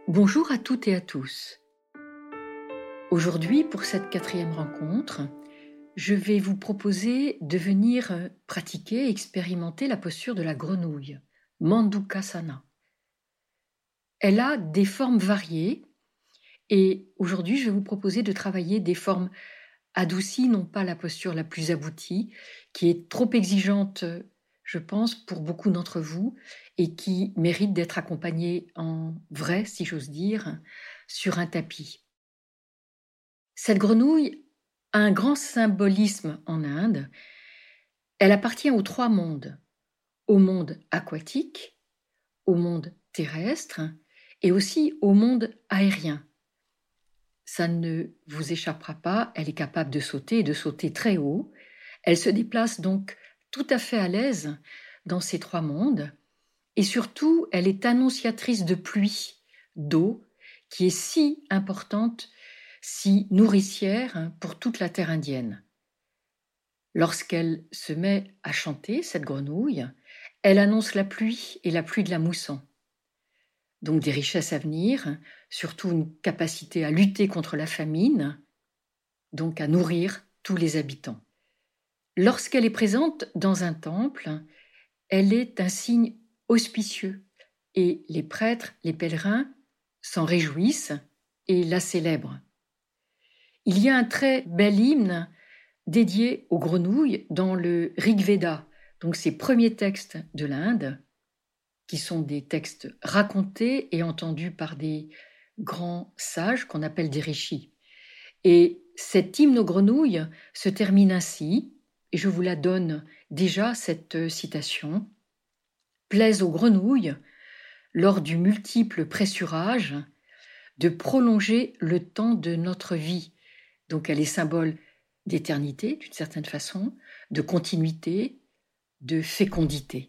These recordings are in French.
Bonjour à toutes et à tous. Aujourd'hui, pour cette 4e rencontre, je vais vous proposer de venir pratiquer, expérimenter la posture de la grenouille, Mandukasana. Elle a des formes variées et aujourd'hui, je vais vous proposer de travailler des formes adoucies, non pas la posture la plus aboutie, qui est trop exigeante, je pense, pour beaucoup d'entre vous et qui mérite d'être accompagnée en vrai, si j'ose dire, sur un tapis. Cette grenouille a un grand symbolisme en Inde. Elle appartient aux 3 mondes, au monde aquatique, au monde terrestre et aussi au monde aérien. Ça ne vous échappera pas, elle est capable de sauter et de sauter très haut. Elle se déplace donc tout à fait à l'aise dans ces 3 mondes et surtout, elle est annonciatrice de pluie, d'eau, qui est si importante, si nourricière pour toute la terre indienne. Lorsqu'elle se met à chanter, cette grenouille, elle annonce la pluie et la pluie de la mousson. Donc des richesses à venir, surtout une capacité à lutter contre la famine, donc à nourrir tous les habitants. Lorsqu'elle est présente dans un temple, elle est un signe auspicieux et les prêtres, les pèlerins s'en réjouissent et la célèbrent. Il y a un très bel hymne dédié aux grenouilles dans le Rig Veda, donc ces premiers textes de l'Inde, qui sont des textes racontés et entendus par des grands sages qu'on appelle des rishis. Et cet hymne aux grenouilles se termine ainsi, et je vous la donne déjà, cette citation. « Plaise aux grenouilles, lors du multiple pressurage, de prolonger le temps de notre vie. » Donc elle est symbole d'éternité, d'une certaine façon, de continuité, de fécondité.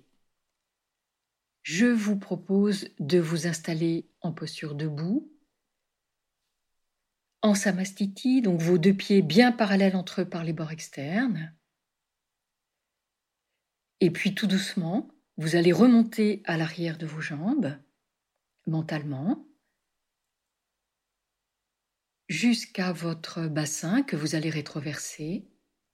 Je vous propose de vous installer en posture debout, en samastiti, donc vos 2 pieds bien parallèles entre eux par les bords externes. Et puis tout doucement, vous allez remonter à l'arrière de vos jambes, mentalement, jusqu'à votre bassin que vous allez rétroverser.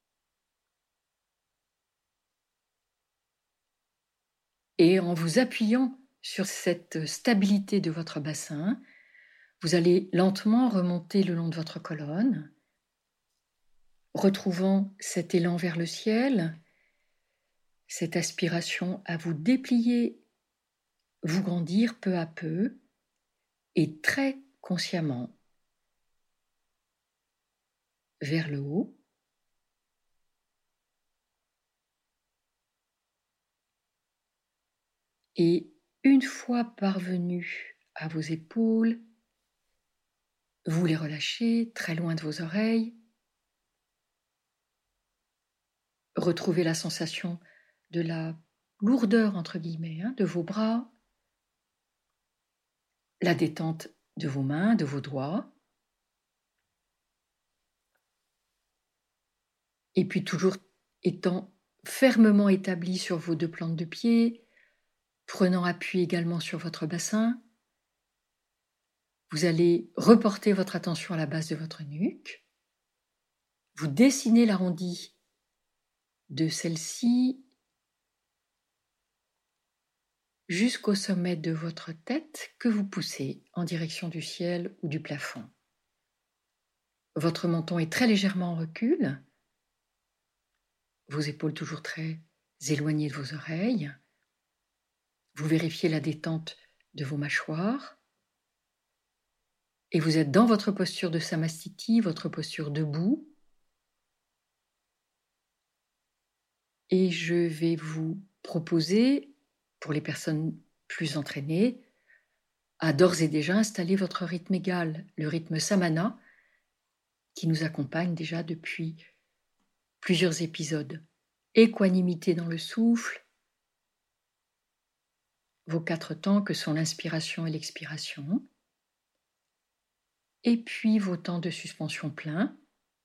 Et en vous appuyant sur cette stabilité de votre bassin, vous allez lentement remonter le long de votre colonne, retrouvant cet élan vers le ciel, cette aspiration à vous déplier, vous grandir peu à peu et très consciemment vers le haut. Et une fois parvenu à vos épaules, vous les relâchez très loin de vos oreilles. Retrouvez la sensation de la lourdeur, entre guillemets, de vos bras, la détente de vos mains, de vos doigts. Et puis toujours étant fermement établi sur vos 2 plantes de pied, prenant appui également sur votre bassin, vous allez reporter votre attention à la base de votre nuque. Vous dessinez l'arrondi de celle-ci jusqu'au sommet de votre tête que vous poussez en direction du ciel ou du plafond. Votre menton est très légèrement en recul, vos épaules toujours très éloignées de vos oreilles. Vous vérifiez la détente de vos mâchoires et vous êtes dans votre posture de samastiti, votre posture debout. Et je vais vous proposer, pour les personnes plus entraînées, à d'ores et déjà installer votre rythme égal, le rythme samana, qui nous accompagne déjà depuis plusieurs épisodes. Équanimité dans le souffle, vos 4 temps que sont l'inspiration et l'expiration, et puis vos temps de suspension plein.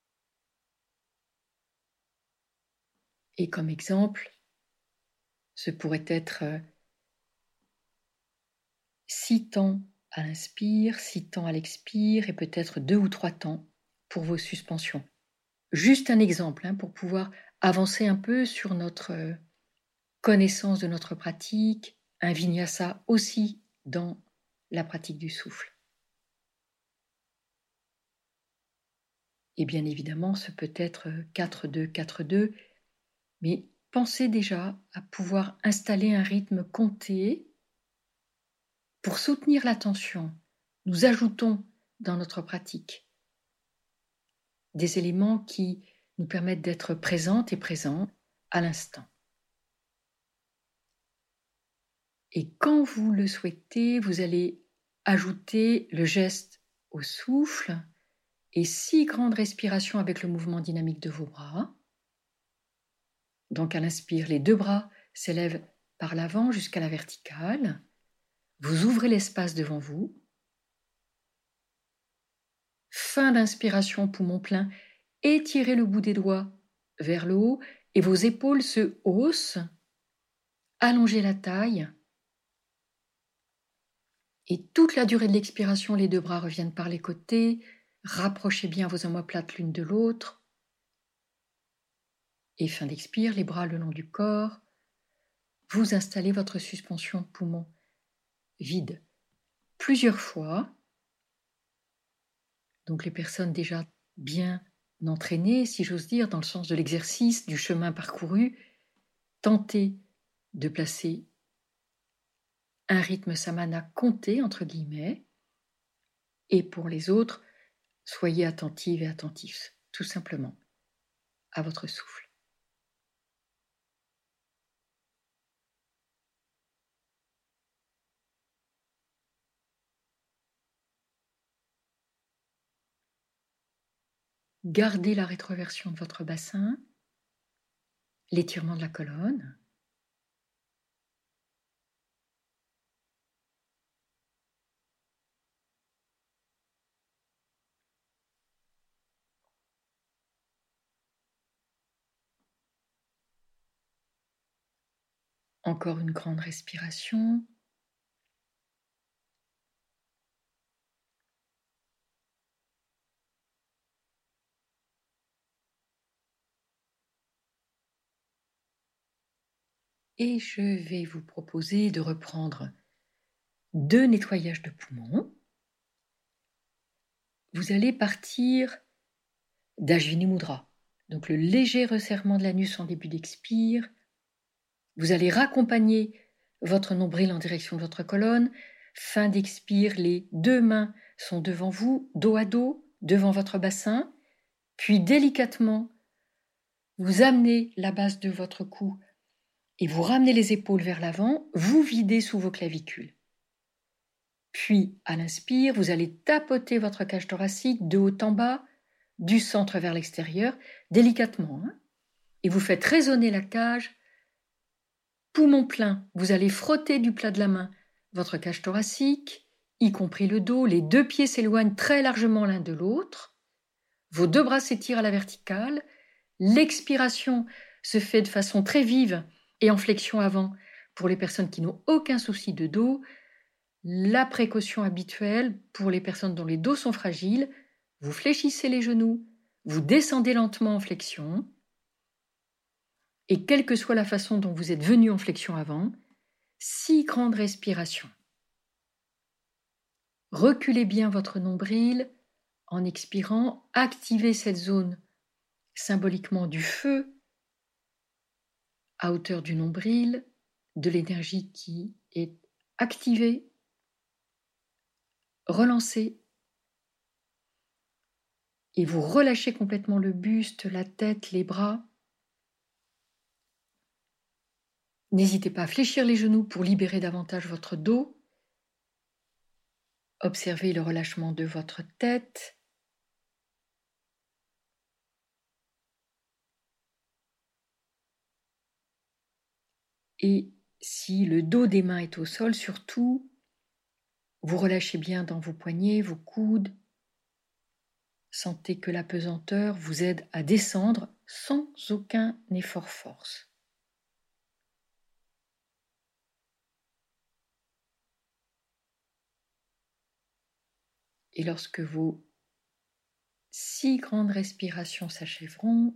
Et comme exemple, ce pourrait être 6 temps à l'inspire, 6 temps à l'expire et peut-être 2 ou 3 temps pour vos suspensions. Juste un exemple pour pouvoir avancer un peu sur notre connaissance de notre pratique, un vinyasa aussi dans la pratique du souffle. Et bien évidemment, ce peut être 4-2, 4-2, mais pensez déjà à pouvoir installer un rythme compté. Pour soutenir l'attention, nous ajoutons dans notre pratique des éléments qui nous permettent d'être présentes et présents à l'instant. Et quand vous le souhaitez, vous allez ajouter le geste au souffle et 6 grandes respirations avec le mouvement dynamique de vos bras. Donc à l'inspire, les 2 bras s'élèvent par l'avant jusqu'à la verticale. Vous ouvrez l'espace devant vous. Fin d'inspiration, poumon plein, étirez le bout des doigts vers le haut et vos épaules se haussent. Allongez la taille. Et toute la durée de l'expiration, les 2 bras reviennent par les côtés. Rapprochez bien vos omoplates l'une de l'autre. Et fin d'expire, les bras le long du corps. Vous installez votre suspension poumon vide plusieurs fois. Donc les personnes déjà bien entraînées, si j'ose dire, dans le sens de l'exercice, du chemin parcouru, tentez de placer un rythme samana compté, entre guillemets, et pour les autres, soyez attentives et attentifs, tout simplement, à votre souffle. Gardez la rétroversion de votre bassin, l'étirement de la colonne. Encore une grande respiration. Et je vais vous proposer de reprendre 2 nettoyages de poumons. Vous allez partir d'Ajvini Mudra, donc le léger resserrement de l'anus en début d'expire. Vous allez raccompagner votre nombril en direction de votre colonne. Fin d'expire, les 2 mains sont devant vous, dos à dos, devant votre bassin. Puis délicatement, vous amenez la base de votre cou et vous ramenez les épaules vers l'avant, vous videz sous vos clavicules. Puis, à l'inspire, vous allez tapoter votre cage thoracique de haut en bas, du centre vers l'extérieur, délicatement. Et vous faites résonner la cage. Poumon plein, vous allez frotter du plat de la main votre cage thoracique, y compris le dos. Les 2 pieds s'éloignent très largement l'un de l'autre. Vos 2 bras s'étirent à la verticale. L'expiration se fait de façon très vive et en flexion avant pour les personnes qui n'ont aucun souci de dos. La précaution habituelle pour les personnes dont les dos sont fragiles, vous fléchissez les genoux, vous descendez lentement en flexion, et quelle que soit la façon dont vous êtes venu en flexion avant, 6 grandes respirations. Reculez bien votre nombril en expirant, activez cette zone symboliquement du feu à hauteur du nombril, de l'énergie qui est activée, relancée. Et vous relâchez complètement le buste, la tête, les bras. N'hésitez pas à fléchir les genoux pour libérer davantage votre dos. Observez le relâchement de votre tête. Et si le dos des mains est au sol, surtout, vous relâchez bien dans vos poignets, vos coudes. Sentez que la pesanteur vous aide à descendre sans aucun effort force. Et lorsque vos 6 grandes respirations s'achèveront,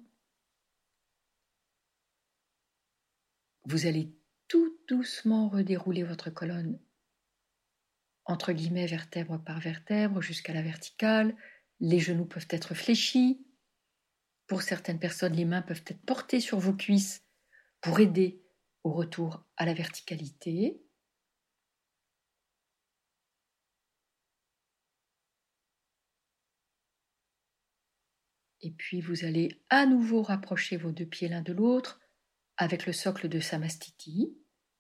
vous allez tout doucement redérouler votre colonne entre guillemets vertèbre par vertèbre jusqu'à la verticale. Les genoux peuvent être fléchis. Pour certaines personnes, les mains peuvent être portées sur vos cuisses pour aider au retour à la verticalité. Et puis vous allez à nouveau rapprocher vos 2 pieds l'un de l'autre avec le socle de Samastiti.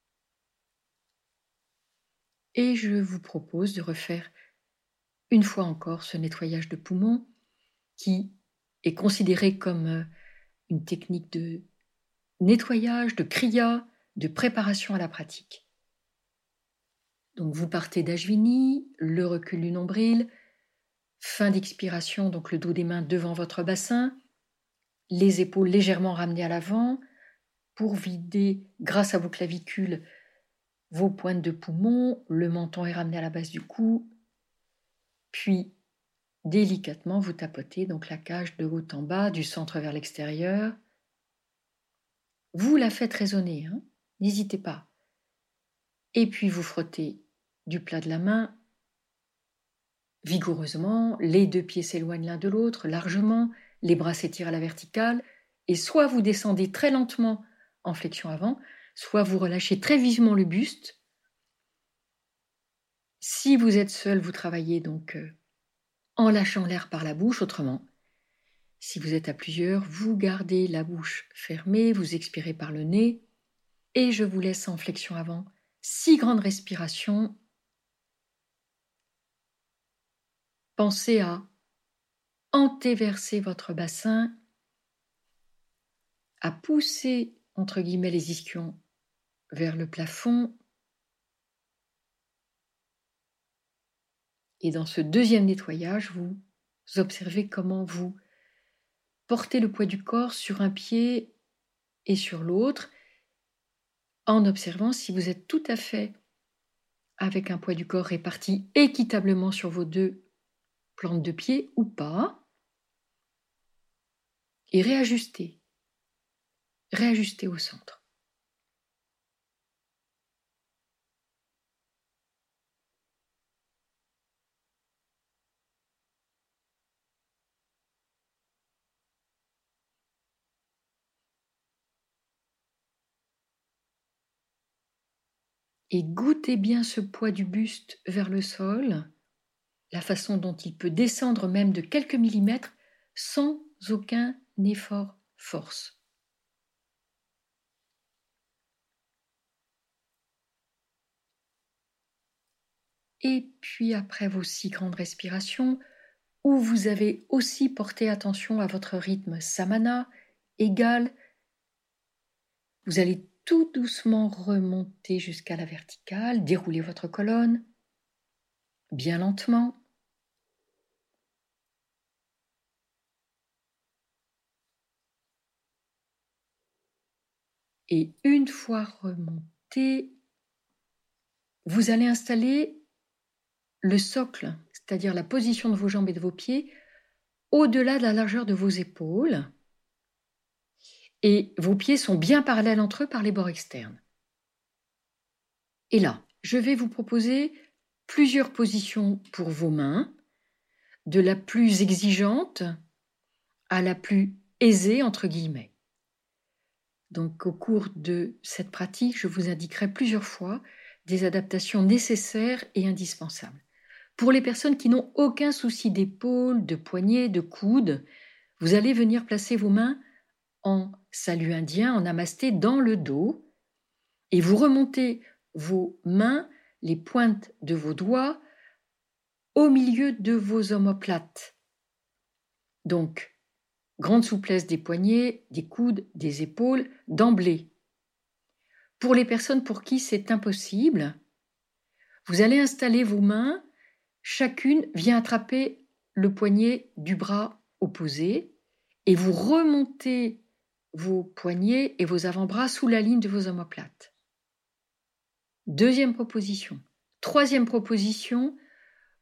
Et je vous propose de refaire une fois encore ce nettoyage de poumons qui est considéré comme une technique de nettoyage, de kriya, de préparation à la pratique. Donc vous partez d'Ajvini, le recul du nombril, fin d'expiration, donc le dos des mains devant votre bassin, les épaules légèrement ramenées à l'avant pour vider, grâce à vos clavicules, vos pointes de poumon, le menton est ramené à la base du cou, puis délicatement vous tapotez donc la cage de haut en bas, du centre vers l'extérieur. Vous la faites résonner, n'hésitez pas. Et puis vous frottez du plat de la main vigoureusement, les 2 pieds s'éloignent l'un de l'autre largement, les bras s'étirent à la verticale, et soit vous descendez très lentement en flexion avant, soit vous relâchez très vivement le buste. Si vous êtes seul, vous travaillez donc en lâchant l'air par la bouche, autrement. Si vous êtes à plusieurs, vous gardez la bouche fermée, vous expirez par le nez, et je vous laisse en flexion avant. 6 grandes respirations. Pensez à antéverser votre bassin, à pousser, entre guillemets, les ischions vers le plafond. Et dans ce deuxième nettoyage, vous observez comment vous portez le poids du corps sur un pied et sur l'autre, en observant si vous êtes tout à fait avec un poids du corps réparti équitablement sur vos 2 plantes de pied ou pas, et réajustez au centre. Et goûtez bien ce poids du buste vers le sol, la façon dont il peut descendre même de quelques millimètres sans aucun effort force. Et puis après vos 6 grandes respirations, où vous avez aussi porté attention à votre rythme samana égal, vous allez tout doucement remonter jusqu'à la verticale, dérouler votre colonne, bien lentement. Et une fois remonté, vous allez installer le socle, c'est-à-dire la position de vos jambes et de vos pieds, au-delà de la largeur de vos épaules. Et vos pieds sont bien parallèles entre eux par les bords externes. Et là, je vais vous proposer plusieurs positions pour vos mains, de la plus exigeante à la plus aisée, entre guillemets. Donc au cours de cette pratique, je vous indiquerai plusieurs fois des adaptations nécessaires et indispensables. Pour les personnes qui n'ont aucun souci d'épaule, de poignet, de coude, vous allez venir placer vos mains en salut indien, en namasté, dans le dos, et vous remontez vos mains, les pointes de vos doigts, au milieu de vos omoplates. Donc, grande souplesse des poignets, des coudes, des épaules, d'emblée. Pour les personnes pour qui c'est impossible, vous allez installer vos mains, chacune vient attraper le poignet du bras opposé, et vous remontez vos poignets et vos avant-bras sous la ligne de vos omoplates. Deuxième proposition. Troisième proposition,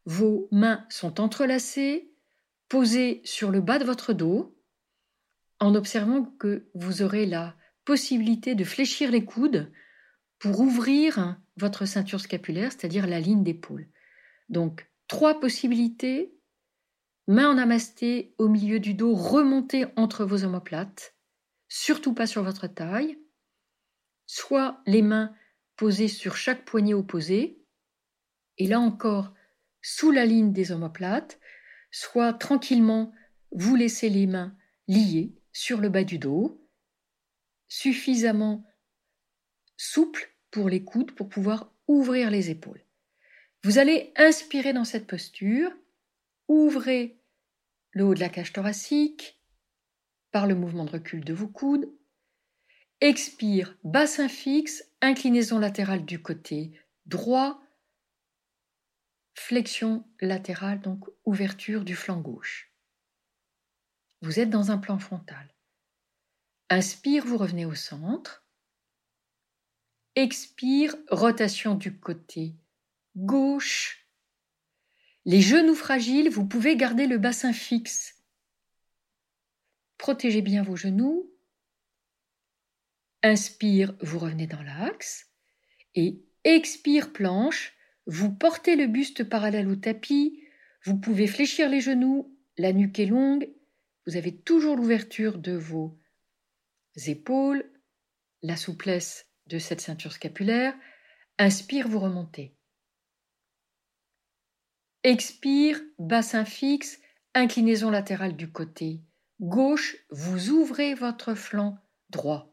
vos mains sont entrelacées, posées sur le bas de votre dos, en observant que vous aurez la possibilité de fléchir les coudes pour ouvrir votre ceinture scapulaire, c'est-à-dire la ligne d'épaule. Donc, 3 possibilités. Main en namasté au milieu du dos, remontez entre vos omoplates, surtout pas sur votre taille. Soit les mains posées sur chaque poignet opposé, et là encore, sous la ligne des omoplates, soit tranquillement, vous laissez les mains liées sur le bas du dos, suffisamment souple pour les coudes pour pouvoir ouvrir les épaules. Vous allez inspirer dans cette posture, ouvrez le haut de la cage thoracique par le mouvement de recul de vos coudes. Expire, bassin fixe, inclinaison latérale du côté droit, flexion latérale, donc ouverture du flanc gauche. Vous êtes dans un plan frontal. Inspire, vous revenez au centre. Expire, rotation du côté gauche. Les genoux fragiles, vous pouvez garder le bassin fixe. Protégez bien vos genoux. Inspire, vous revenez dans l'axe. Et expire, planche. Vous portez le buste parallèle au tapis. Vous pouvez fléchir les genoux. La nuque est longue. Vous avez toujours l'ouverture de vos épaules, la souplesse de cette ceinture scapulaire. Inspire, vous remontez. Expire, bassin fixe, inclinaison latérale du côté gauche, vous ouvrez votre flanc droit.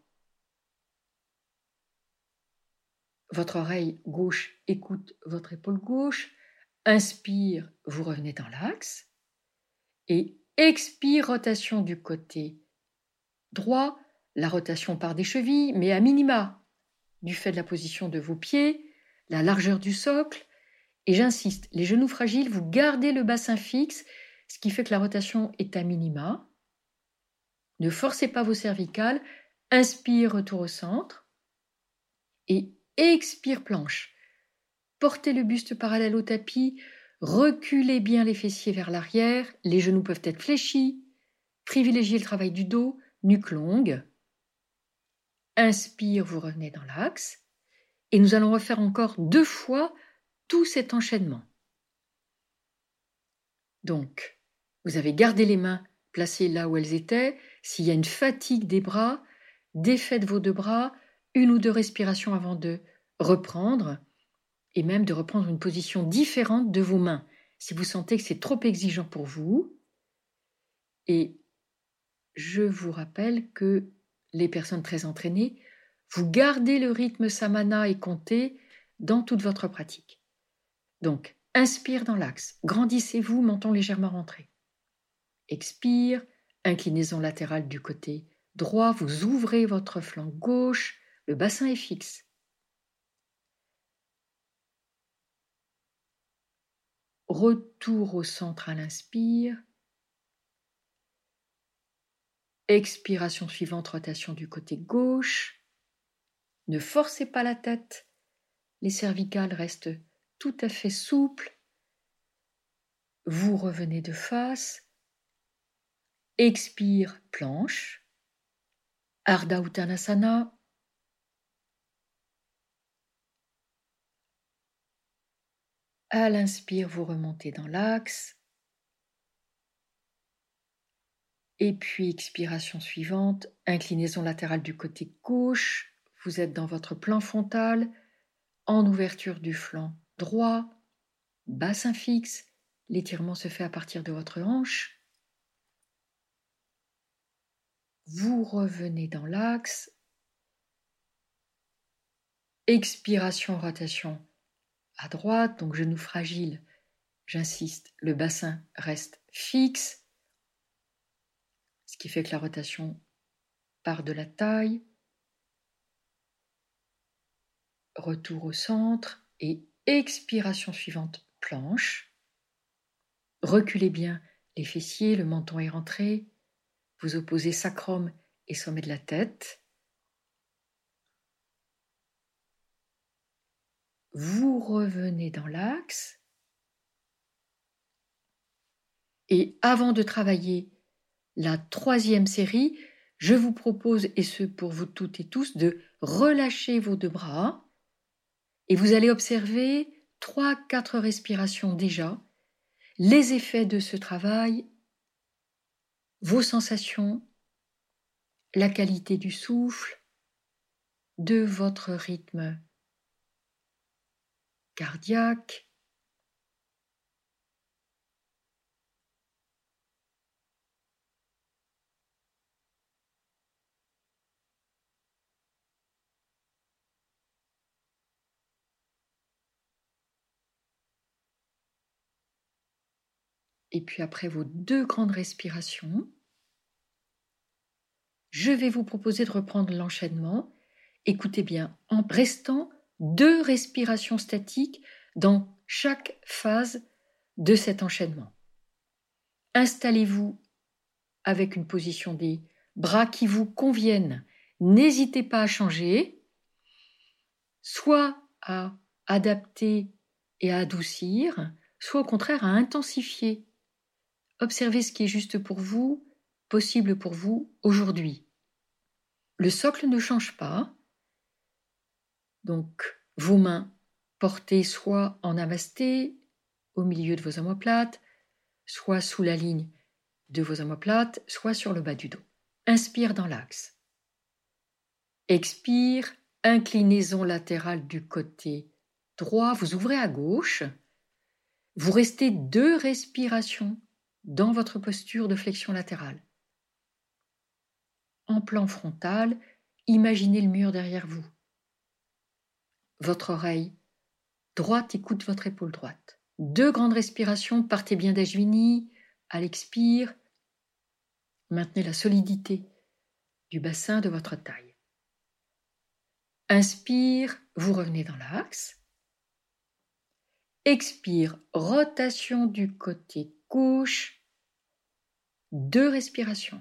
Votre oreille gauche écoute votre épaule gauche. Inspire, vous revenez dans l'axe. Et expire, rotation du côté droit. La rotation part des chevilles, mais à minima, du fait de la position de vos pieds, la largeur du socle. Et j'insiste, les genoux fragiles, vous gardez le bassin fixe, ce qui fait que la rotation est à minima. Ne forcez pas vos cervicales. Inspire, retour au centre. Et expire, planche. Portez le buste parallèle au tapis. Reculez bien les fessiers vers l'arrière. Les genoux peuvent être fléchis. Privilégiez le travail du dos. Nuque longue. Inspire, vous revenez dans l'axe. Et nous allons refaire encore 2 fois tout cet enchaînement. Donc, vous avez gardé les mains placées là où elles étaient. S'il y a une fatigue des bras, défaites vos 2 bras, 1 ou 2 respirations avant de reprendre, et même de reprendre une position différente de vos mains, si vous sentez que c'est trop exigeant pour vous. Et je vous rappelle que les personnes très entraînées, vous gardez le rythme samana et comptez dans toute votre pratique. Donc, inspire dans l'axe, grandissez-vous, menton légèrement rentré. Expire, inclinaison latérale du côté droit, vous ouvrez votre flanc gauche, le bassin est fixe. Retour au centre à l'inspire. Expiration suivante, rotation du côté gauche. Ne forcez pas la tête. Les cervicales restent tout à fait souples. Vous revenez de face. Expire, planche. Ardha Uttanasana. À l'inspire, vous remontez dans l'axe. Et puis, expiration suivante, inclinaison latérale du côté gauche. Vous êtes dans votre plan frontal, en ouverture du flanc droit, bassin fixe. L'étirement se fait à partir de votre hanche. Vous revenez dans l'axe. Expiration, rotation à droite, donc genou fragile. J'insiste, le bassin reste fixe, ce qui fait que la rotation part de la taille. Retour au centre et expiration suivante, planche. Reculez bien les fessiers, le menton est rentré. Vous opposez sacrum et sommet de la tête. Vous revenez dans l'axe. Et avant de travailler la 3e série, je vous propose, et ce pour vous toutes et tous, de relâcher vos 2 bras et vous allez observer 3-4 respirations déjà, les effets de ce travail, vos sensations, la qualité du souffle, de votre rythme cardiaque. Et puis après vos 2 grandes respirations, je vais vous proposer de reprendre l'enchaînement. Écoutez bien, en restant 2 respirations statiques dans chaque phase de cet enchaînement. Installez-vous avec une position des bras qui vous convienne. N'hésitez pas à changer, soit à adapter et à adoucir, soit au contraire à intensifier. Observez ce qui est juste pour vous, possible pour vous aujourd'hui. Le socle ne change pas, donc vos mains portées soit en namasté, au milieu de vos omoplates, soit sous la ligne de vos omoplates, soit sur le bas du dos. Inspire dans l'axe. Expire, inclinaison latérale du côté droit, vous ouvrez à gauche. Vous restez 2 respirations dans votre posture de flexion latérale. En plan frontal, imaginez le mur derrière vous. Votre oreille droite écoute votre épaule droite. 2 grandes respirations, partez bien d'Ajvini, à l'expire. Maintenez la solidité du bassin de votre taille. Inspire, vous revenez dans l'axe. Expire, rotation du côté gauche. 2 respirations.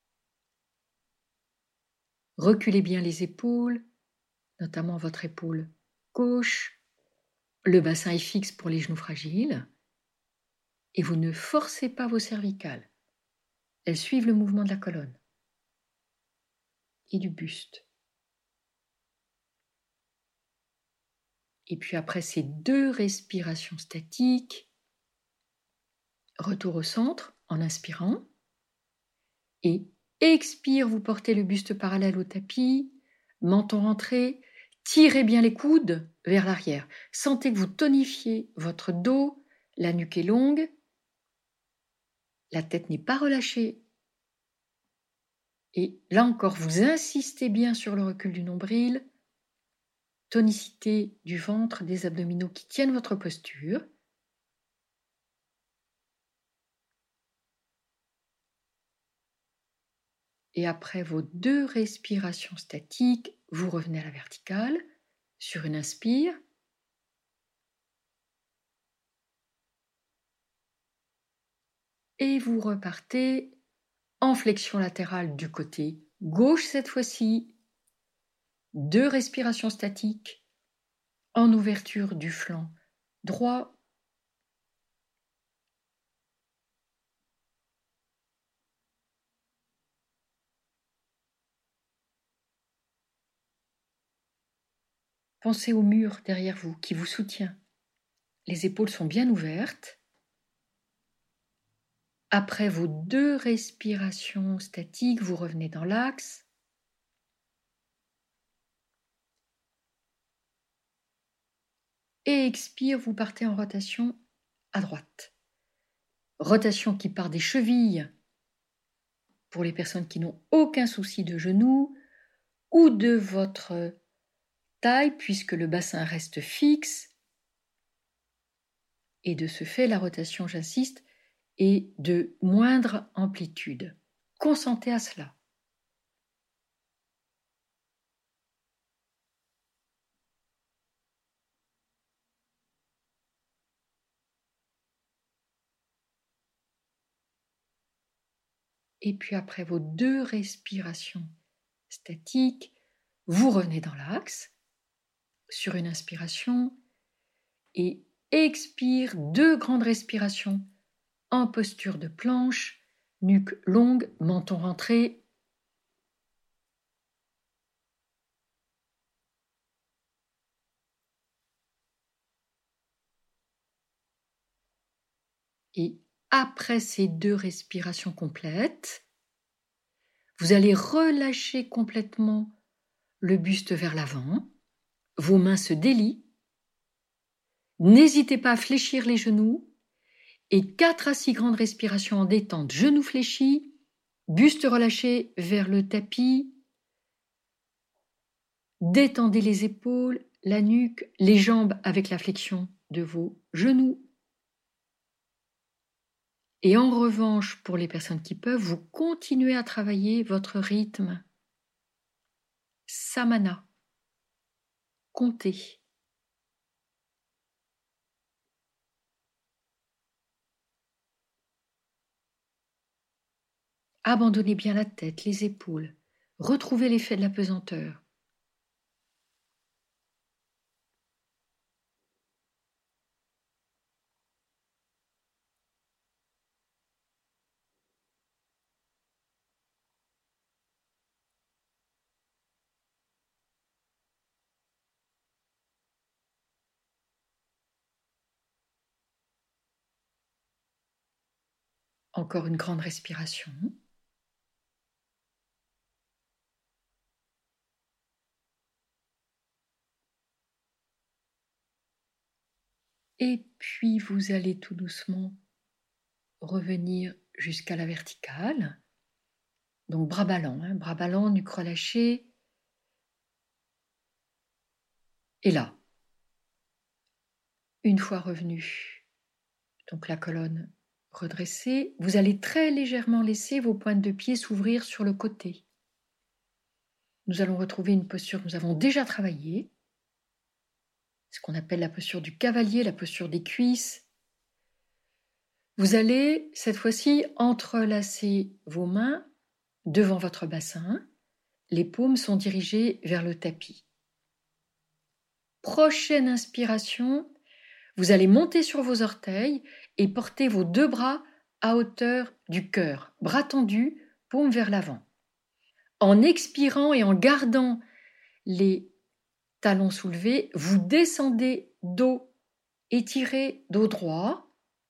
Reculez bien les épaules, notamment votre épaule gauche. Le bassin est fixe pour les genoux fragiles. Et vous ne forcez pas vos cervicales. Elles suivent le mouvement de la colonne et du buste. Et puis après ces 2 respirations statiques, retour au centre en inspirant. Et expire, vous portez le buste parallèle au tapis, menton rentré, tirez bien les coudes vers l'arrière. Sentez que vous tonifiez votre dos, la nuque est longue, la tête n'est pas relâchée. Et là encore, vous insistez bien sur le recul du nombril, tonicité du ventre, des abdominaux qui tiennent votre posture. Et après vos 2 respirations statiques, vous revenez à la verticale sur une inspire. Et vous repartez en flexion latérale du côté gauche cette fois-ci. 2 respirations statiques en ouverture du flanc droit. Pensez au mur derrière vous qui vous soutient. Les épaules sont bien ouvertes. Après vos 2 respirations statiques, vous revenez dans l'axe. Et expire, vous partez en rotation à droite. Rotation qui part des chevilles pour les personnes qui n'ont aucun souci de genoux ou de votre taille puisque le bassin reste fixe. Et de ce fait, la rotation, j'insiste, est de moindre amplitude. Consentez à cela. Et puis après vos 2 respirations statiques, vous revenez dans l'axe sur une inspiration et expire 2 grandes respirations en posture de planche, nuque longue, menton rentré. Et après ces 2 respirations complètes, vous allez relâcher complètement le buste vers l'avant, vos mains se délient, n'hésitez pas à fléchir les genoux, et 4 à 6 grandes respirations en détente, genoux fléchis, buste relâché vers le tapis, détendez les épaules, la nuque, les jambes avec la flexion de vos genoux. Et en revanche, pour les personnes qui peuvent, vous continuez à travailler votre rythme. Samana. Comptez. Abandonnez bien la tête, les épaules. Retrouvez l'effet de la pesanteur. Encore une grande respiration. Et puis vous allez tout doucement revenir jusqu'à la verticale. Donc bras ballants, nuque relâchée. Et là, une fois revenu, donc la colonne redressée, vous allez très légèrement laisser vos pointes de pied s'ouvrir sur le côté. Nous allons retrouver une posture que nous avons déjà travaillée, ce qu'on appelle la posture du cavalier, la posture des cuisses. Vous allez cette fois-ci entrelacer vos mains devant votre bassin, les paumes sont dirigées vers le tapis. Prochaine inspiration, vous allez monter sur vos orteils et porter vos 2 bras à hauteur du cœur, bras tendus, paumes vers l'avant. En expirant et en gardant les talons soulevés, vous descendez dos étiré, dos droit.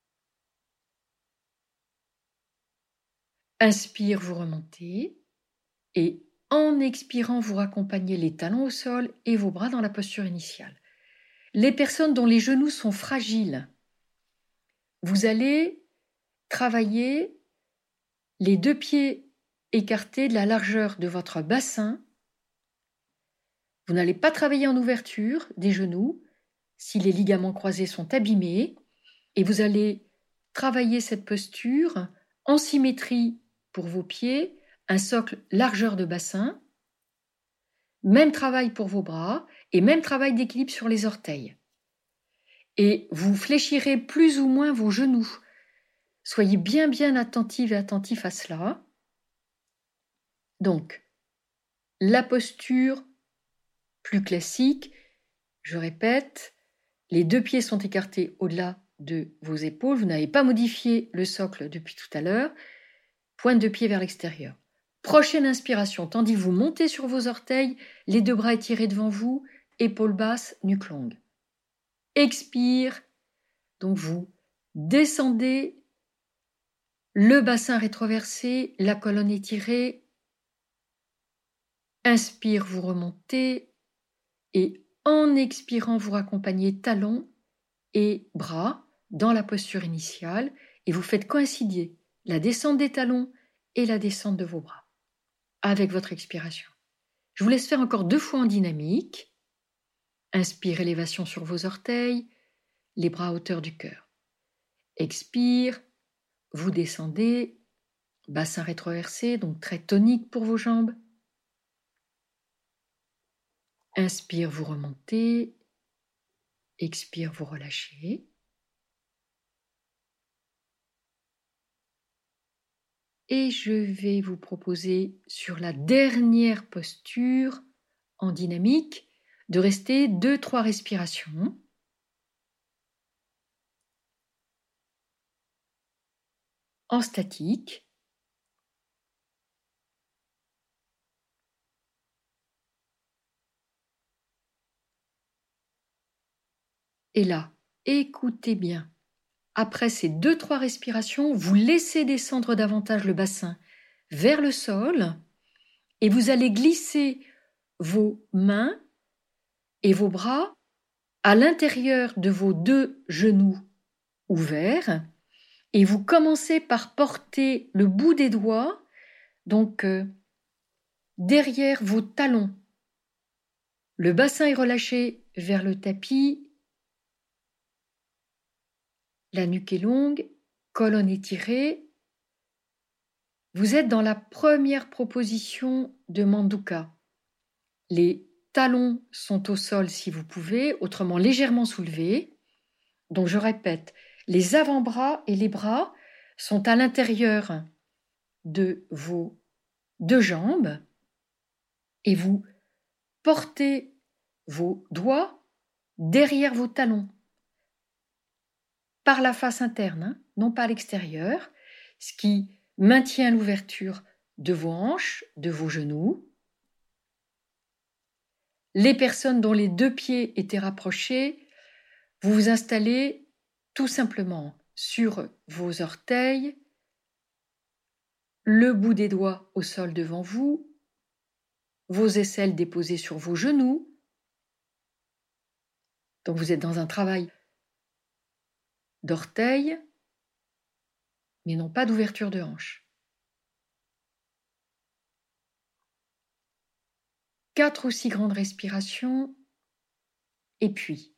Inspire, vous remontez et en expirant, vous raccompagnez les talons au sol et vos bras dans la posture initiale. Les personnes dont les genoux sont fragiles, vous allez travailler les 2 pieds écartés de la largeur de votre bassin. Vous n'allez pas travailler en ouverture des genoux si les ligaments croisés sont abîmés et vous allez travailler cette posture en symétrie pour vos pieds, un socle largeur de bassin, même travail pour vos bras et même travail d'équilibre sur les orteils. Et vous fléchirez plus ou moins vos genoux. Soyez bien attentive et attentif à cela. Donc, la posture plus classique, je répète, les 2 pieds sont écartés au-delà de vos épaules, vous n'avez pas modifié le socle depuis tout à l'heure, pointe de pied vers l'extérieur. Prochaine inspiration, tandis que vous montez sur vos orteils, les 2 bras étirés devant vous, épaules basses, nuque longue. Expire, donc vous descendez, le bassin rétroversé, la colonne étirée. Inspire, vous remontez et en expirant, vous raccompagnez talons et bras dans la posture initiale et vous faites coïncider la descente des talons et la descente de vos bras avec votre expiration. Je vous laisse faire encore 2 fois en dynamique. Inspire, élévation sur vos orteils, les bras à hauteur du cœur. Expire, vous descendez, bassin rétroversé, donc très tonique pour vos jambes. Inspire, vous remontez. Expire, vous relâchez. Et je vais vous proposer sur la dernière posture en dynamique de rester 2-3 respirations. en statique. Et là, écoutez bien. Après ces 2-3 respirations, vous laissez descendre davantage le bassin vers le sol et vous allez glisser vos mains et vos bras à l'intérieur de vos 2 genoux ouverts et vous commencez par porter le bout des doigts donc derrière vos talons. Le bassin est relâché vers le tapis, la nuque est longue, colonne étirée. Vous êtes dans la première proposition de Mandukya. Les talons sont au sol si vous pouvez, autrement légèrement soulevés. Donc je répète, les avant-bras et les bras sont à l'intérieur de vos 2 jambes et vous portez vos doigts derrière vos talons, par la face interne, non pas à l'extérieur, ce qui maintient l'ouverture de vos hanches, de vos genoux. Les personnes dont les 2 pieds étaient rapprochés, vous vous installez tout simplement sur vos orteils, le bout des doigts au sol devant vous, vos aisselles déposées sur vos genoux. Donc vous êtes dans un travail d'orteils, mais non pas d'ouverture de hanche. 4 ou 6 grandes respirations, et puis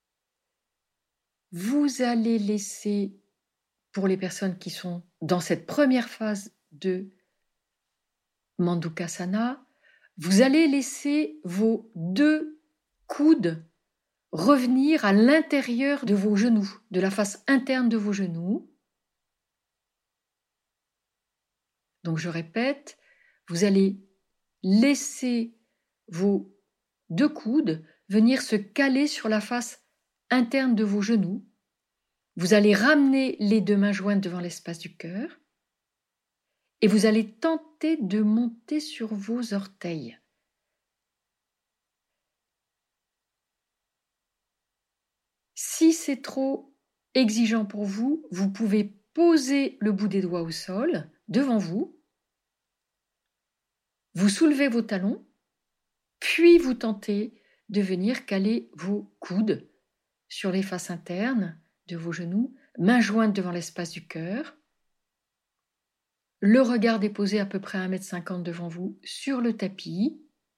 vous allez laisser, pour les personnes qui sont dans cette première phase de Mandukhasana, vous allez laisser vos 2 coudes revenir à l'intérieur de vos genoux, de la face interne de vos genoux. Donc je répète, vous allez laisser vos 2 coudes venir se caler sur la face interne de vos genoux. Vous allez ramener les 2 mains jointes devant l'espace du cœur et vous allez tenter de monter sur vos orteils. Si c'est trop exigeant pour vous, vous pouvez poser le bout des doigts au sol, devant vous. Vous soulevez vos talons, puis vous tentez de venir caler vos coudes sur les faces internes de vos genoux, mains jointes devant l'espace du cœur. Le regard déposé à peu près à 1,50 m devant vous sur le tapis.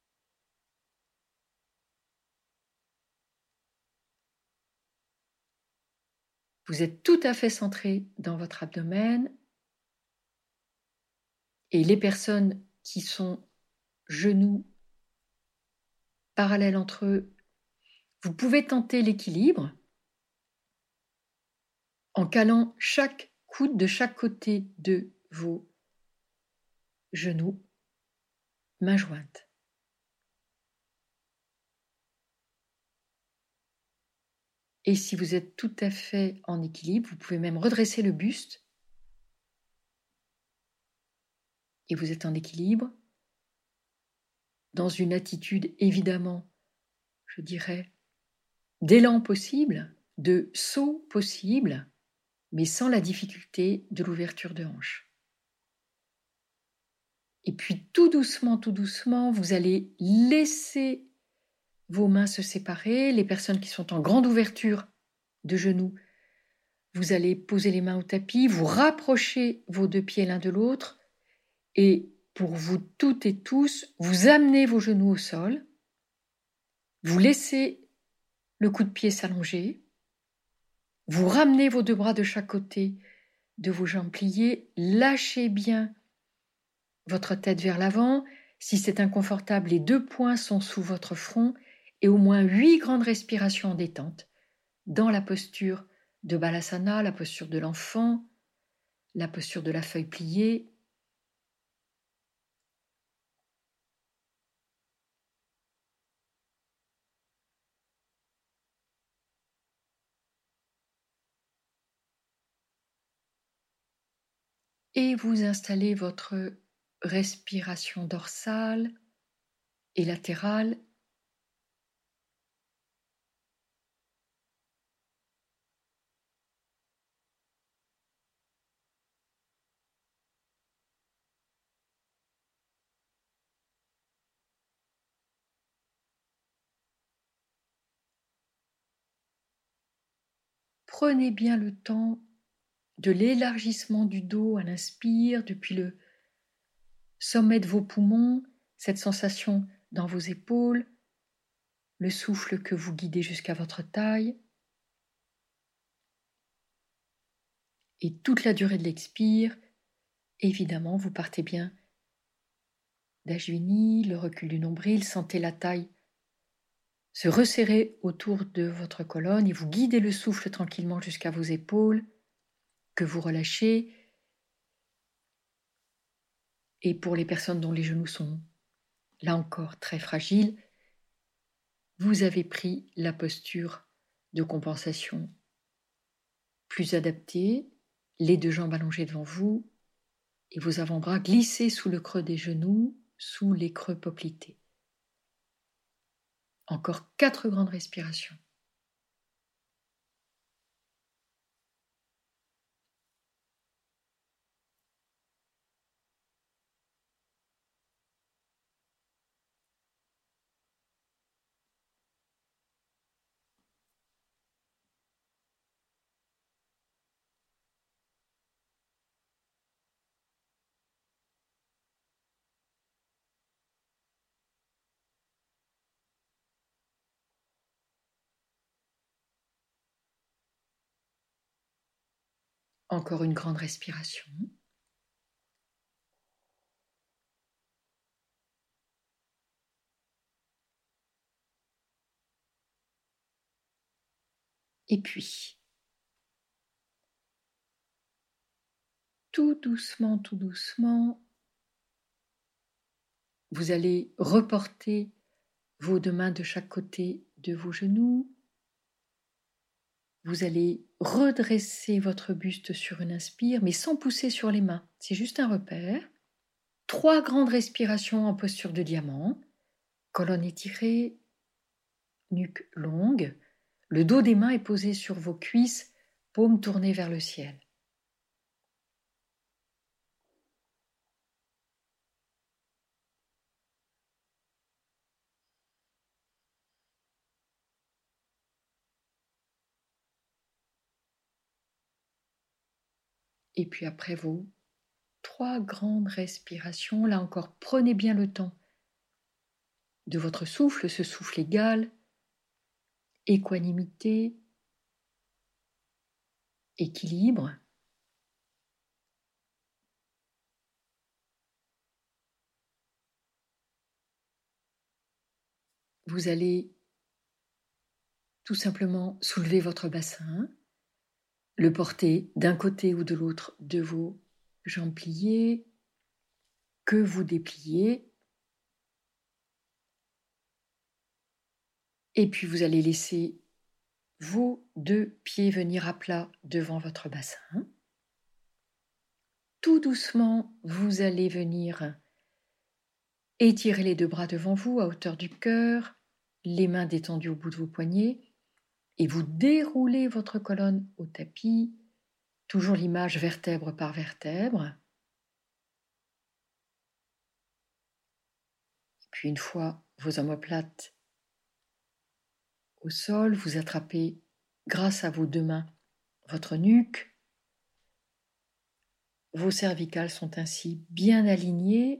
Vous êtes tout à fait centré dans votre abdomen et les personnes qui sont genoux parallèles entre eux, vous pouvez tenter l'équilibre en calant chaque coude de chaque côté de vos genoux, mains jointes. Et si vous êtes tout à fait en équilibre, vous pouvez même redresser le buste et vous êtes en équilibre dans une attitude évidemment, je dirais, d'élan possible, de saut possible, mais sans la difficulté de l'ouverture de hanche. Et puis tout doucement, vous allez laisser vos mains se séparer. Les personnes qui sont en grande ouverture de genoux, vous allez poser les mains au tapis, vous rapprochez vos 2 pieds l'un de l'autre et pour vous toutes et tous, vous amenez vos genoux au sol, vous laissez le coup de pied s'allonger, vous ramenez vos 2 bras de chaque côté de vos jambes pliées, lâchez bien votre tête vers l'avant. Si c'est inconfortable, les 2 poings sont sous votre front et au moins 8 grandes respirations en détente dans la posture de Balasana, la posture de l'enfant, la posture de la feuille pliée. et vous installez votre respiration dorsale et latérale. Prenez bien le temps de l'élargissement du dos à l'inspire, depuis le sommet de vos poumons, cette sensation dans vos épaules, le souffle que vous guidez jusqu'à votre taille. Et toute la durée de l'expire, évidemment, vous partez bien d'Ajvini, le recul du nombril, sentez la taille se resserrer autour de votre colonne et vous guidez le souffle tranquillement jusqu'à vos épaules, que vous relâchez. Et pour les personnes dont les genoux sont, là encore, très fragiles, vous avez pris la posture de compensation plus adaptée, les deux jambes allongées devant vous et vos avant-bras glissés sous le creux des genoux, sous les creux poplités. Encore 4 grandes respirations. Encore une grande respiration. Et puis, tout doucement, vous allez reporter vos deux mains de chaque côté de vos genoux. Vous allez redresser votre buste sur une inspire, mais sans pousser sur les mains. C'est juste un repère. 3 grandes respirations en posture de diamant. Colonne étirée, nuque longue. Le dos des mains est posé sur vos cuisses, paumes tournées vers le ciel. Et puis après vos 3 grandes respirations, là encore, prenez bien le temps de votre souffle, ce souffle égal, équanimité, équilibre. Vous allez tout simplement soulever votre bassin, le porter d'un côté ou de l'autre de vos jambes pliées, que vous dépliez. Et puis vous allez laisser vos 2 pieds venir à plat devant votre bassin. Tout doucement, vous allez venir étirer les 2 bras devant vous à hauteur du cœur, les mains détendues au bout de vos poignets, et vous déroulez votre colonne au tapis, toujours l'image vertèbre par vertèbre. Puis une fois vos omoplates au sol, vous attrapez, grâce à vos 2 mains, votre nuque. Vos cervicales sont ainsi bien alignées.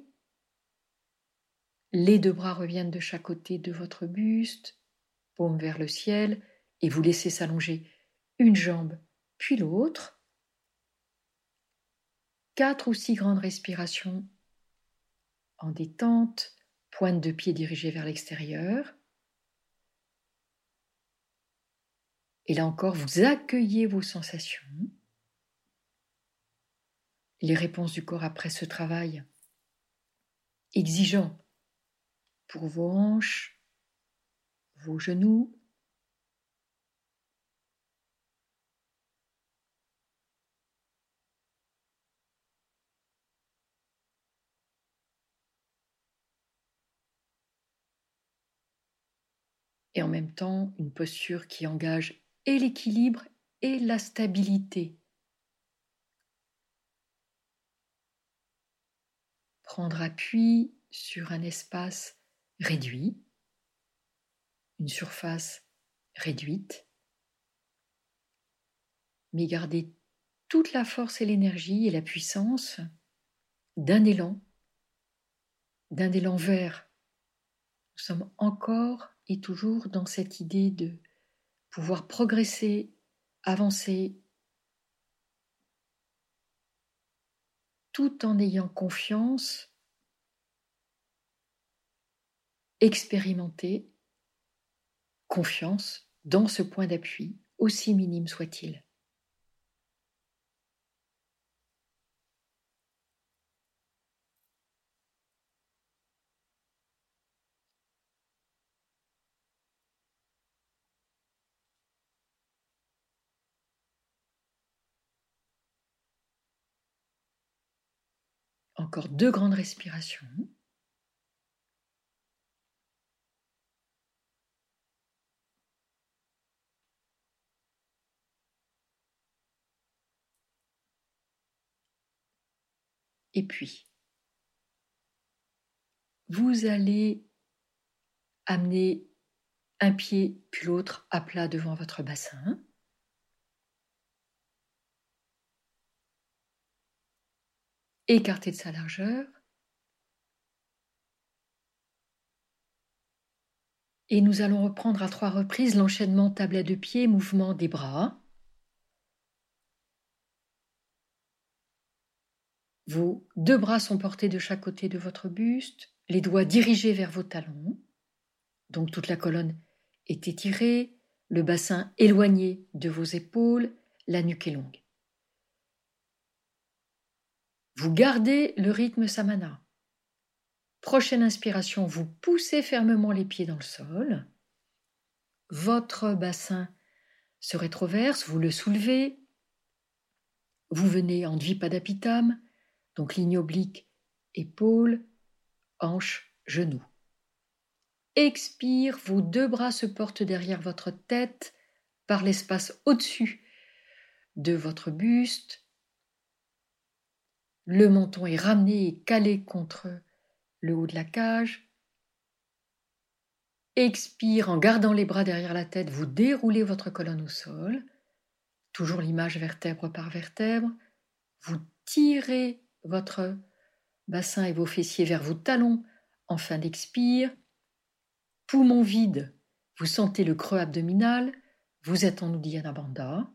Les 2 bras reviennent de chaque côté de votre buste, paume vers le ciel, et vous laissez s'allonger une jambe puis l'autre. 4 ou 6 grandes respirations en détente, pointe de pied dirigée vers l'extérieur. Et là encore, vous accueillez vos sensations, les réponses du corps après ce travail exigeant pour vos hanches, vos genoux. et en même temps une posture qui engage et l'équilibre et la stabilité. Prendre appui sur un espace réduit, une surface réduite, mais garder toute la force et l'énergie et la puissance d'un élan vert. Nous sommes encore et toujours dans cette idée de pouvoir progresser, avancer, tout en ayant confiance, expérimenter confiance dans ce point d'appui, aussi minime soit-il. Encore 2 grandes respirations. Et puis, vous allez amener un pied puis l'autre à plat devant votre bassin. Écarté de sa largeur. Et nous allons reprendre à 3 reprises l'enchaînement table à 2 pieds, mouvement des bras. Vos 2 bras sont portés de chaque côté de votre buste, les doigts dirigés vers vos talons. Donc toute la colonne est étirée, le bassin éloigné de vos épaules, la nuque est longue. Vous gardez le rythme samana. Prochaine inspiration, vous poussez fermement les pieds dans le sol. Votre bassin se rétroverse, vous le soulevez. Vous venez en Dvipadapitam, donc ligne oblique, épaule, hanche, genou. Expire, vos 2 bras se portent derrière votre tête par l'espace au-dessus de votre buste. Le menton est ramené et calé contre le haut de la cage. Expire, en gardant les bras derrière la tête, vous déroulez votre colonne au sol. Toujours l'image vertèbre par vertèbre. Vous tirez votre bassin et vos fessiers vers vos talons en fin d'expire. Poumon vide, vous sentez le creux abdominal. Vous êtes en Uddiyana Bandha.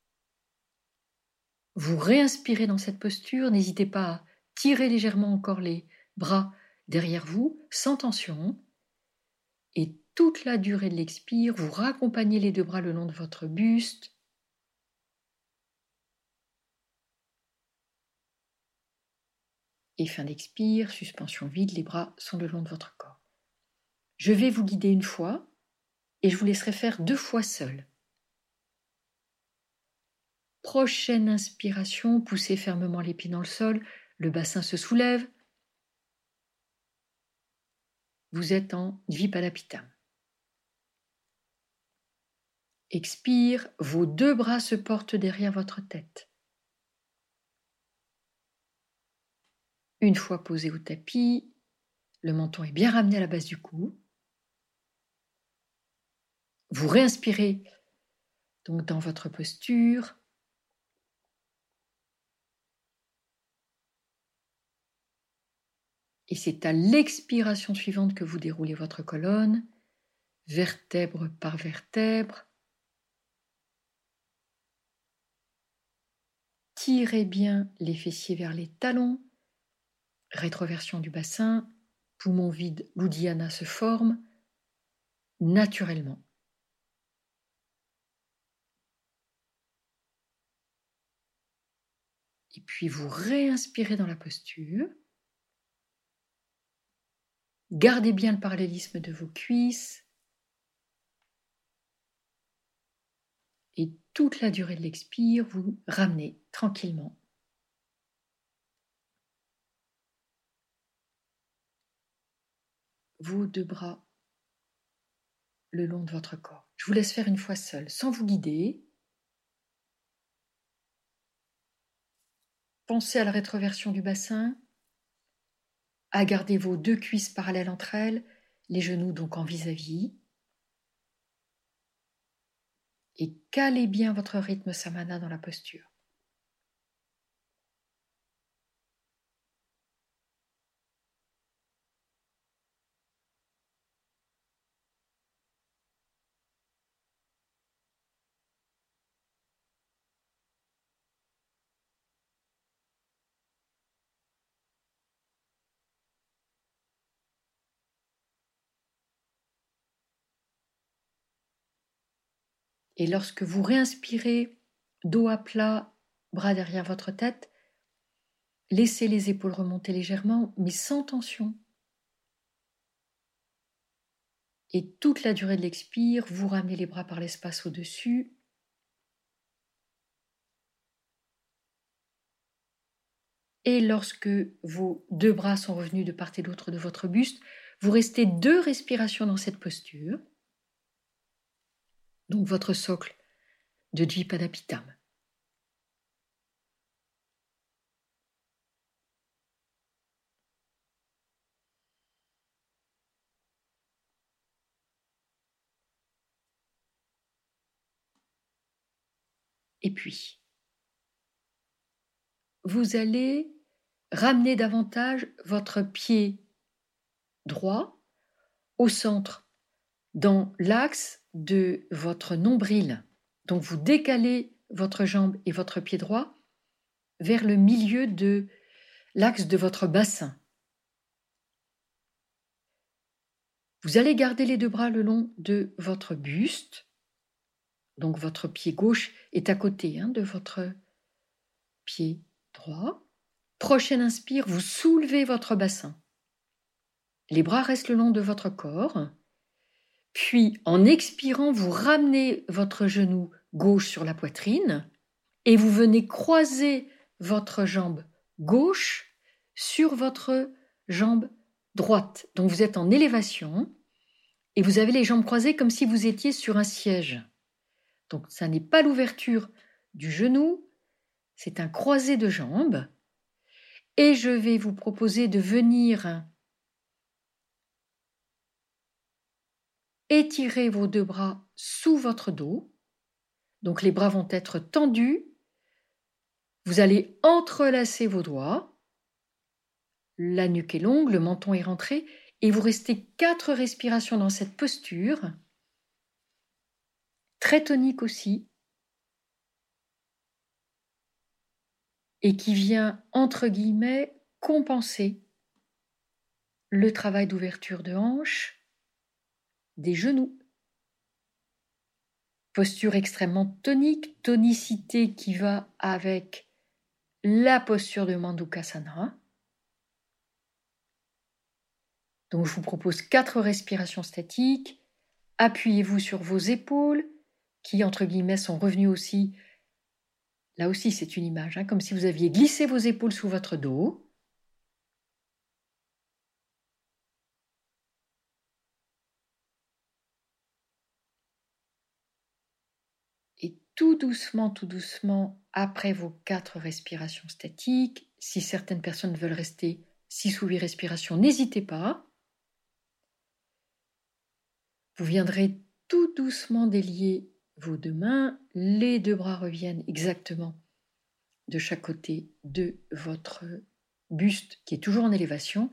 Vous réinspirez dans cette posture. N'hésitez pas à tirer légèrement encore les bras derrière vous, sans tension. Et toute la durée de l'expire, vous raccompagnez les 2 bras le long de votre buste. Et fin d'expire, suspension vide, les bras sont le long de votre corps. Je vais vous guider une fois et je vous laisserai faire 2 fois seul. Prochaine inspiration, poussez fermement les pieds dans le sol, le bassin se soulève. Vous êtes en Dvipadapitam. Expire, vos 2 bras se portent derrière votre tête. Une fois posé au tapis, le menton est bien ramené à la base du cou. Vous réinspirez donc dans votre posture. Et c'est à l'expiration suivante que vous déroulez votre colonne, vertèbre par vertèbre. Tirez bien les fessiers vers les talons, rétroversion du bassin, poumon vide, l'Uddiyana se forme naturellement. Et puis vous réinspirez dans la posture. Gardez bien le parallélisme de vos cuisses. Et toute la durée de l'expire, vous ramenez tranquillement. Vos 2 bras le long de votre corps. Je vous laisse faire une fois seul, sans vous guider. Pensez à la rétroversion du bassin, à garder vos 2 cuisses parallèles entre elles, les genoux donc en vis-à-vis. Et calez bien votre rythme samana dans la posture. Et lorsque vous réinspirez, dos à plat, bras derrière votre tête, laissez les épaules remonter légèrement, mais sans tension. Et toute la durée de l'expire, vous ramenez les bras par l'espace au-dessus. Et lorsque vos 2 bras sont revenus de part et d'autre de votre buste, vous restez 2 respirations dans cette posture. Donc votre socle de Dvipadapittam. Et puis, vous allez ramener davantage votre pied droit au centre, dans l'axe de votre nombril. Donc vous décalez votre jambe et votre pied droit vers le milieu de l'axe de votre bassin. Vous allez garder les 2 bras le long de votre buste. Donc votre pied gauche est à côté de votre pied droit. Prochaine inspire, vous soulevez votre bassin. Les bras restent le long de votre corps. Puis, en expirant, vous ramenez votre genou gauche sur la poitrine et vous venez croiser votre jambe gauche sur votre jambe droite. Donc vous êtes en élévation et vous avez les jambes croisées comme si vous étiez sur un siège. Donc ça n'est pas l'ouverture du genou, c'est un croisé de jambes. Et je vais vous proposer de venir étirer vos 2 bras sous votre dos. Donc les bras vont être tendus. Vous allez entrelacer vos doigts. La nuque est longue, le menton est rentré. Et vous restez 4 respirations dans cette posture. Très tonique aussi. Et qui vient, entre guillemets, compenser le travail d'ouverture de hanche, des genoux. Posture extrêmement tonique, tonicité qui va avec la posture de Mandukasana. Donc je vous propose 4 respirations statiques. Appuyez-vous sur vos épaules qui, entre guillemets, sont revenues aussi. Là aussi, c'est une image, comme si vous aviez glissé vos épaules sous votre dos. Et tout doucement, après vos 4 respirations statiques, si certaines personnes veulent rester 6 ou 8 respirations, n'hésitez pas. Vous viendrez tout doucement délier vos 2 mains, les 2 bras reviennent exactement de chaque côté de votre buste qui est toujours en élévation.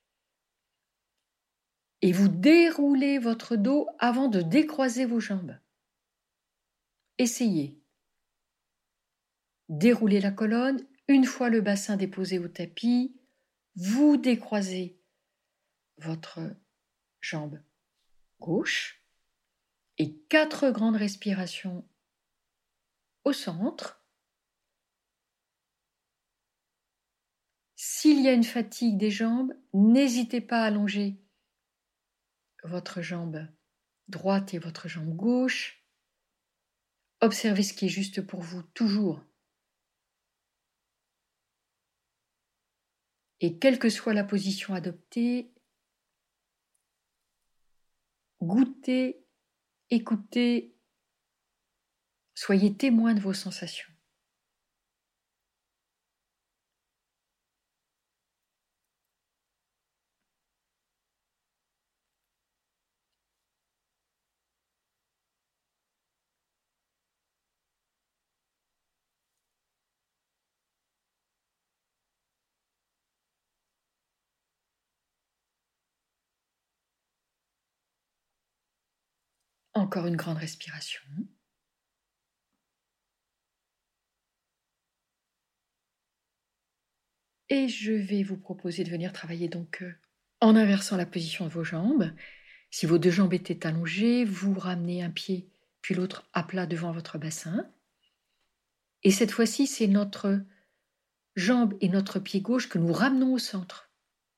Et vous déroulez votre dos avant de décroiser vos jambes. Essayez. Déroulez la colonne. Une fois le bassin déposé au tapis, vous décroisez votre jambe gauche et 4 grandes respirations au centre. S'il y a une fatigue des jambes, n'hésitez pas à allonger votre jambe droite et votre jambe gauche. Observez ce qui est juste pour vous, toujours. Et quelle que soit la position adoptée, goûtez écoutez, soyez témoin de vos sensations. Encore une grande respiration. Et je vais vous proposer de venir travailler donc en inversant la position de vos jambes. Si vos deux jambes étaient allongées, vous ramenez un pied puis l'autre à plat devant votre bassin. Et cette fois-ci, c'est notre jambe et notre pied gauche que nous ramenons au centre.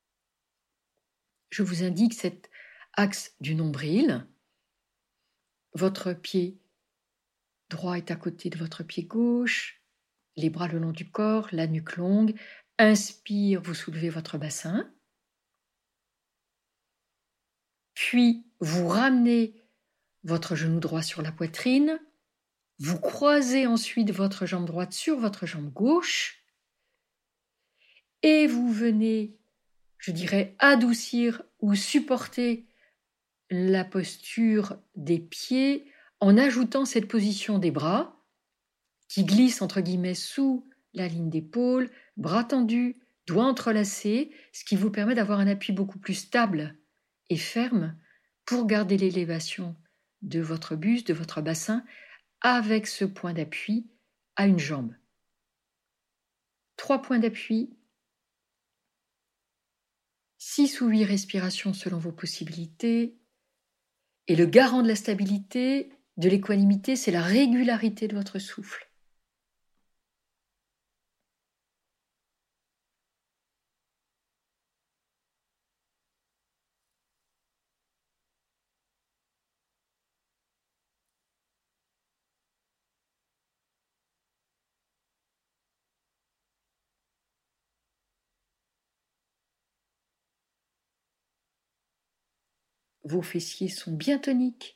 Je vous indique cet axe du nombril. Votre pied droit est à côté de votre pied gauche, les bras le long du corps, la nuque longue. Inspire, vous soulevez votre bassin. Puis, vous ramenez votre genou droit sur la poitrine. Vous croisez ensuite votre jambe droite sur votre jambe gauche. Et vous venez, je dirais, adoucir ou supporter la posture des pieds en ajoutant cette position des bras qui glisse entre guillemets sous la ligne d'épaule, bras tendus, doigts entrelacés, ce qui vous permet d'avoir un appui beaucoup plus stable et ferme pour garder l'élévation de votre buste, de votre bassin, avec ce point d'appui à une jambe. 3 points d'appui, 6 ou 8 respirations selon vos possibilités. Et le garant de la stabilité, de l'équanimité, c'est la régularité de votre souffle. Vos fessiers sont bien toniques.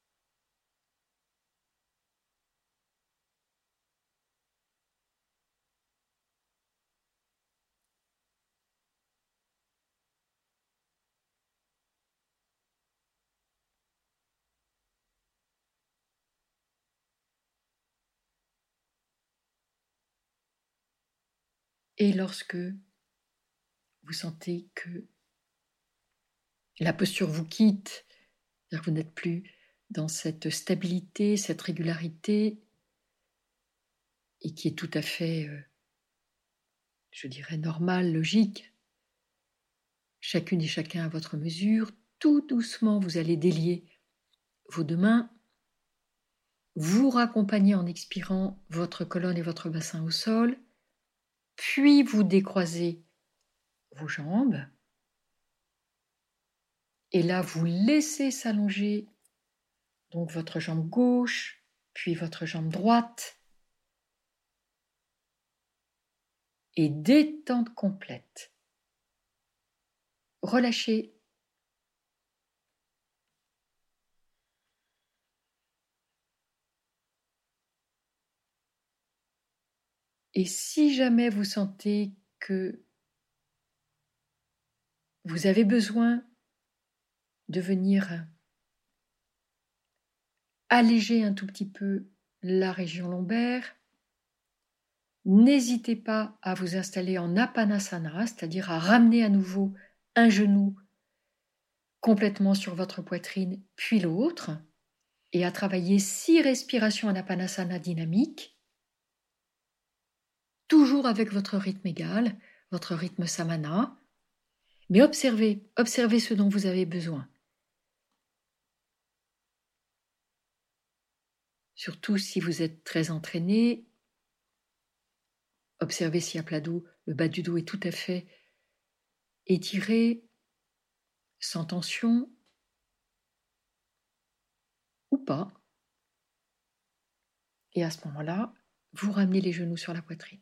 Et lorsque vous sentez que la posture vous quitte, c'est-à-dire que vous n'êtes plus dans cette stabilité, cette régularité, et qui est tout à fait, je dirais, normale, logique, chacune et chacun à votre mesure, tout doucement vous allez délier vos deux mains, vous raccompagnez en expirant votre colonne et votre bassin au sol, puis vous décroisez vos jambes, et là vous laissez s'allonger donc votre jambe gauche, puis votre jambe droite, et détente complète. Relâchez. Et si jamais vous sentez que vous avez besoin de venir alléger un tout petit peu la région lombaire, n'hésitez pas à vous installer en Apanasana, c'est-à-dire à ramener à nouveau un genou complètement sur votre poitrine, puis l'autre, et à travailler 6 respirations en Apanasana dynamique, toujours avec votre rythme égal, votre rythme samana, mais observez ce dont vous avez besoin. Surtout si vous êtes très entraîné, observez si à plat dos, le bas du dos est tout à fait étiré, sans tension ou pas. Et à ce moment-là, vous ramenez les genoux sur la poitrine.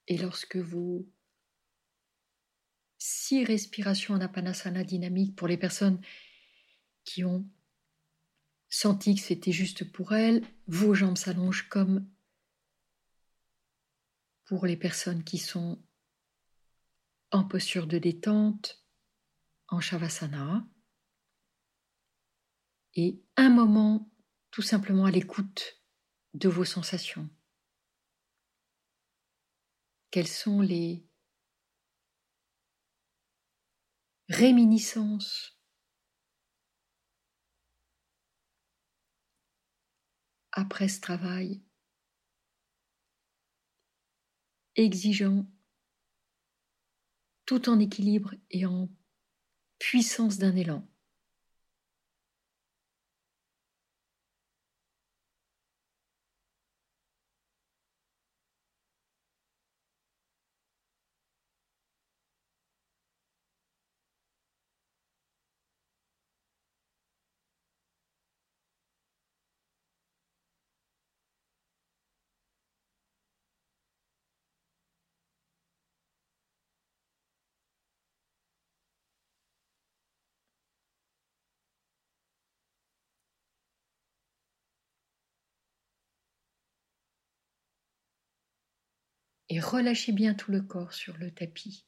Et lorsque vos 6 respirations Anapanasana dynamiques, pour les personnes qui ont senti que c'était juste pour elles, vos jambes s'allongent comme pour les personnes qui sont en posture de détente, en Shavasana. Et un moment tout simplement à l'écoute de vos sensations. Quelles sont les réminiscences après ce travail exigeant, tout en équilibre et en puissance d'un élan. Et relâchez bien tout le corps sur le tapis.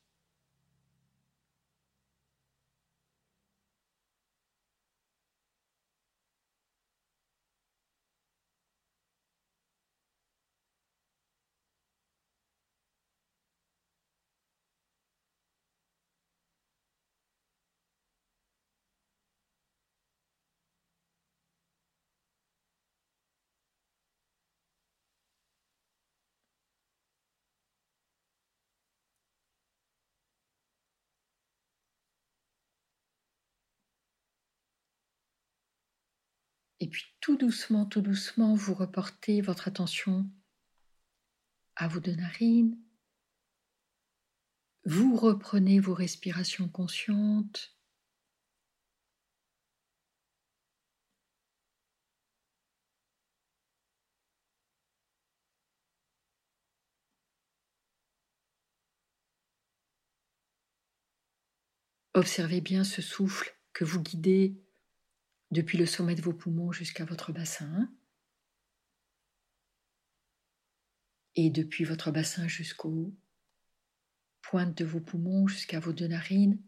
Et puis tout doucement, vous reportez votre attention à vos 2 narines. Vous reprenez vos respirations conscientes. Observez bien ce souffle que vous guidez depuis le sommet de vos poumons jusqu'à votre bassin. Et depuis votre bassin jusqu'aux pointes de vos poumons, jusqu'à vos 2 narines.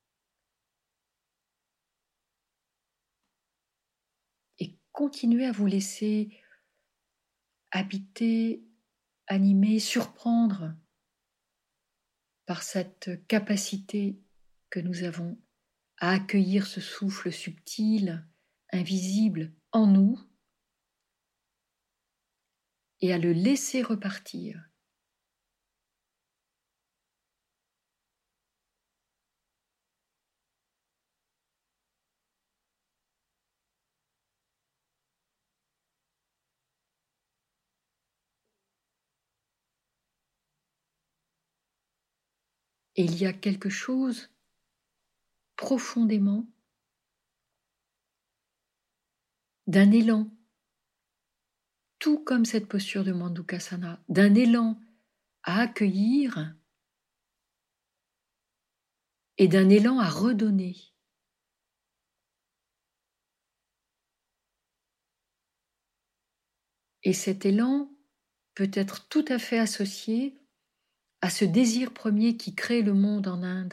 Et continuez à vous laisser habiter, animer, surprendre par cette capacité que nous avons à accueillir ce souffle subtil, invisible en nous et à le laisser repartir. Et il y a quelque chose profondément d'un élan, tout comme cette posture de Mandukasana, d'un élan à accueillir et d'un élan à redonner. Et cet élan peut être tout à fait associé à ce désir premier qui crée le monde en Inde.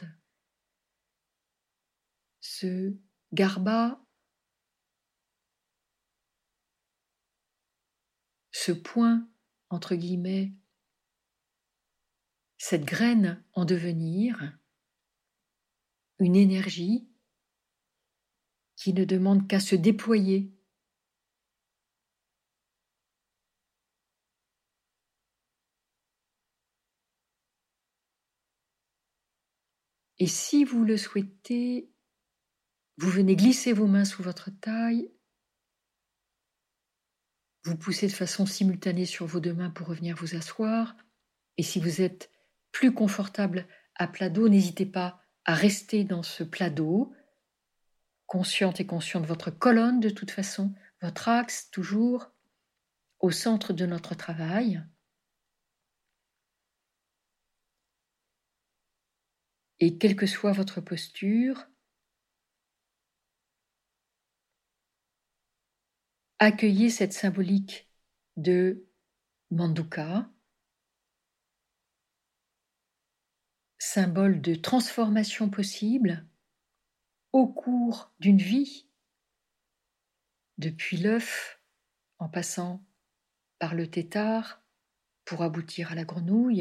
Ce garba, ce point, entre guillemets, cette graine en devenir, une énergie qui ne demande qu'à se déployer. Et si vous le souhaitez, vous venez glisser vos mains sous votre taille, vous poussez de façon simultanée sur vos 2 mains pour revenir vous asseoir. Et si vous êtes plus confortable à plat dos, n'hésitez pas à rester dans ce plat dos, consciente et conscient de votre colonne de toute façon, votre axe toujours au centre de notre travail. Et quelle que soit votre posture, accueillez cette symbolique de Manduka, symbole de transformation possible au cours d'une vie, depuis l'œuf en passant par le tétard pour aboutir à la grenouille.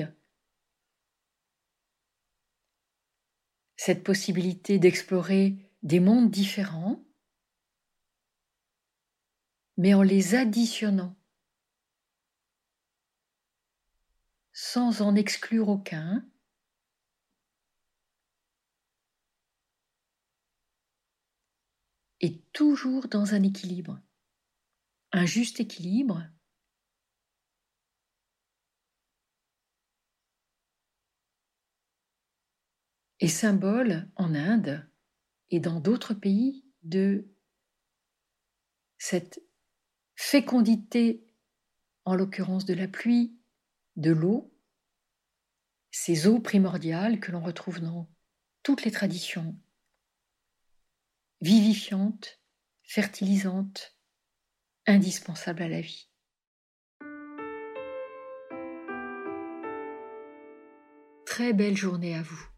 Cette possibilité d'explorer des mondes différents, mais en les additionnant, sans en exclure aucun, et toujours dans un équilibre, un juste équilibre. Et symbole en Inde et dans d'autres pays de cette fécondité, en l'occurrence de la pluie, de l'eau, ces eaux primordiales que l'on retrouve dans toutes les traditions, vivifiantes, fertilisantes, indispensables à la vie. Très belle journée à vous.